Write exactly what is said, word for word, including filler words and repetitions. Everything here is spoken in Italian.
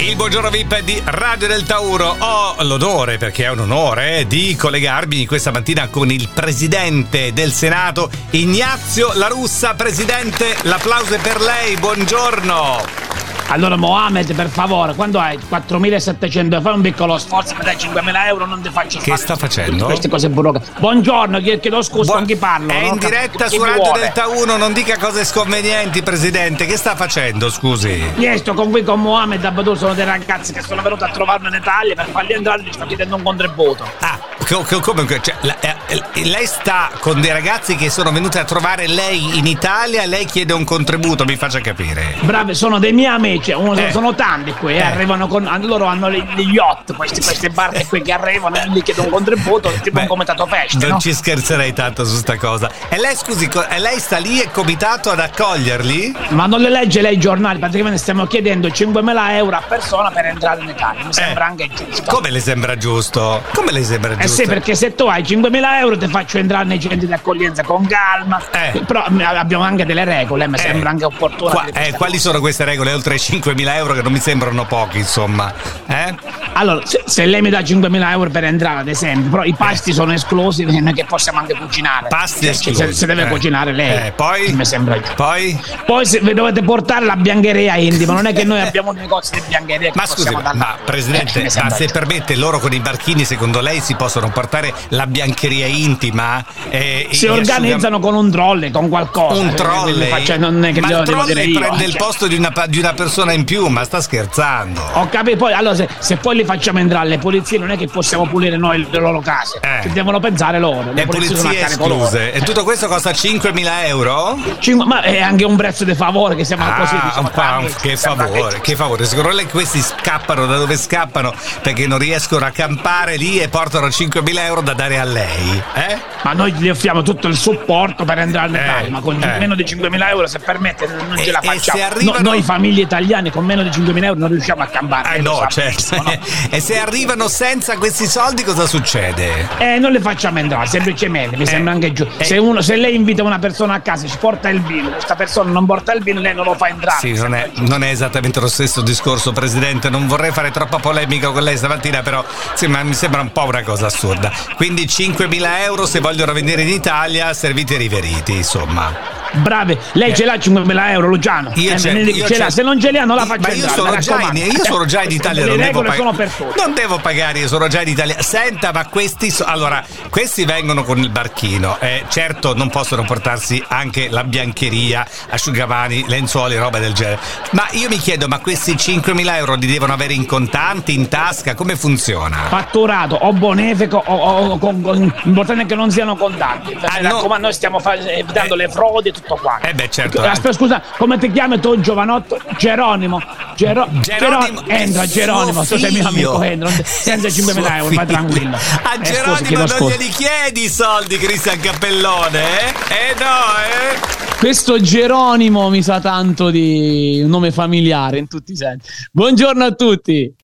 Il buongiorno V I P di Radio del Tauro. Ho l'onore, perché è un onore, eh, di collegarmi questa mattina con il presidente del Senato, Ignazio La Russa. Presidente, l'applauso è per lei, buongiorno. Allora Mohamed, per favore, quando hai quattromilasettecento, fai un piccolo sforzo, mi dai cinquemila euro, non ti faccio Che sta facendo? Queste cose burocratiche. Buongiorno, chiedo scusa, Buon... con chi parlo? È no? in diretta Chi su mi Radio vuole? del Tauro, non dica cose sconvenienti, presidente. Che sta facendo, scusi? Io sto con qui con Mohamed Abbadur, sono dei ragazzi che sono venuti a trovarmi in Italia, per farli entrare gli sto chiedendo un contributo. Ah, co- co- come? Cioè, la, eh, lei sta con dei ragazzi che sono venuti a trovare lei in Italia e lei chiede un contributo, mi faccia capire. Bravi, sono dei miei amici, uno, Eh. sono tanti qui, eh, Eh. arrivano con, loro hanno gli yacht, questi, queste barche qui che arrivano e gli chiedo un contributo, tipo Beh, un comitato feste, non no? ci scherzerei tanto su sta cosa. E lei, scusi, co- e lei sta lì e comitato ad accoglierli? Ma non le legge lei i giornali? Praticamente stiamo chiedendo cinquemila euro a persona per entrare in Italia. Mi sembra Eh. anche giusto. Come le sembra giusto? Come le sembra Eh giusto? sì, perché se tu hai cinquemila euro ti faccio entrare nei centri di accoglienza con calma. Eh. Però abbiamo anche delle regole, mi Eh. sembra anche opportuno. Qua- dire eh, questa quali cosa. sono queste regole oltre i cinquemila euro che non mi sembrano pochi, insomma? Eh? Allora, se, se lei mi dà cinquemila euro per entrare, ad esempio, però i pasti sono esclusi, non è che possiamo anche cucinare. Pasti Cioè, esclusi. Se, se deve Eh. cucinare lei. Eh, poi? Mi sembra giusto. Poi? Poi se vi dovete portare la biancheria intima, non è che noi abbiamo un negozio di biancheria che Ma scusi, possiamo dare. ma presidente, Eh, mi ma sembra se giusto. permette, loro con i barchini secondo lei si possono portare la biancheria intima? Eh, Si gli organizzano con un trolley, con qualcosa. asciuga- un Eh, trolley? faccio- non è che ma glielo il devo dire trolley io. prende il cioè. posto di una, pa- di una persona in più, ma sta scherzando? Ho capito, poi allora se, se poi li facciamo entrare le polizie non è che possiamo pulire noi le loro case, Eh. ci devono pensare loro, Le sono polizie a carico loro. escluse. E tutto questo costa cinquemila euro? Cinque- ma è anche un prezzo di favore che siamo così, Ah, diciamo, un pa- tra un- amici, che sembra favore, che- che favore. Secondo lei questi scappano da dove scappano perché non riescono a campare lì e portano cinquemila euro da dare a lei? Eh? Ma noi gli offriamo tutto il supporto per entrare in Eh, Italia, ma con eh. meno di cinquemila euro, se permette, non E- ce la e facciamo. se arrivano- No- noi famiglie italiane con meno di cinquemila euro non riusciamo a campare. Ah lei lo no, sa certo. benissimo, no? E se arrivano senza questi soldi cosa succede? Eh, non le facciamo entrare, semplicemente, mi sembra anche giusto. eh. Se, uno, se lei invita una persona a casa e ci porta il vino, questa persona non porta il vino, lei non lo fa entrare. Sì, mi non sembra è, giusto. non è esattamente lo stesso discorso, Presidente. Non vorrei fare troppa polemica con lei stamattina, però sì, ma mi sembra un po' una cosa assurda. Quindi cinquemila euro se vogliono venire in Italia, serviti e riveriti, insomma. Bravi, lei ce l'ha cinquemila euro, Luciano? Io Eh, ce- me ne dica, io ce ce- l'ha. Se non ce li ha non la faccio Ma io entrare, sono, mi già in, raccomando. io sono già in Italia, Le non devo, regole pag- sono per tutti. non devo pagare, io sono già in Italia. Senta, ma questi so- allora, questi vengono con il barchino. Eh, certo, non possono portarsi anche la biancheria, asciugamani, lenzuoli, roba del genere. Ma io mi chiedo, ma questi cinquemila euro li devono avere in contanti, in tasca? Come funziona? Fatturato o bonifico o, o- o con, con- l'importante è che non siano contanti. Ah, Mi no. raccomando, noi stiamo fa- evitando Eh. le frodi e tutto quanto. Eh beh, certo. Aspetta, scusa, come ti chiami tu, giovanotto? Geronimo. Gero- Geronimo Gero- entra, è Geronimo, suo tu sei mio figlio. amico, entra, senza È cinquemila suo euro, vai figlio. tranquillo. A Eh, scusi, Geronimo chiedo non scusa. glieli chiedi i soldi, Cristian Cappellone, eh? Eh no, eh? Questo Geronimo mi sa tanto di un nome familiare in tutti i sensi. Buongiorno a tutti.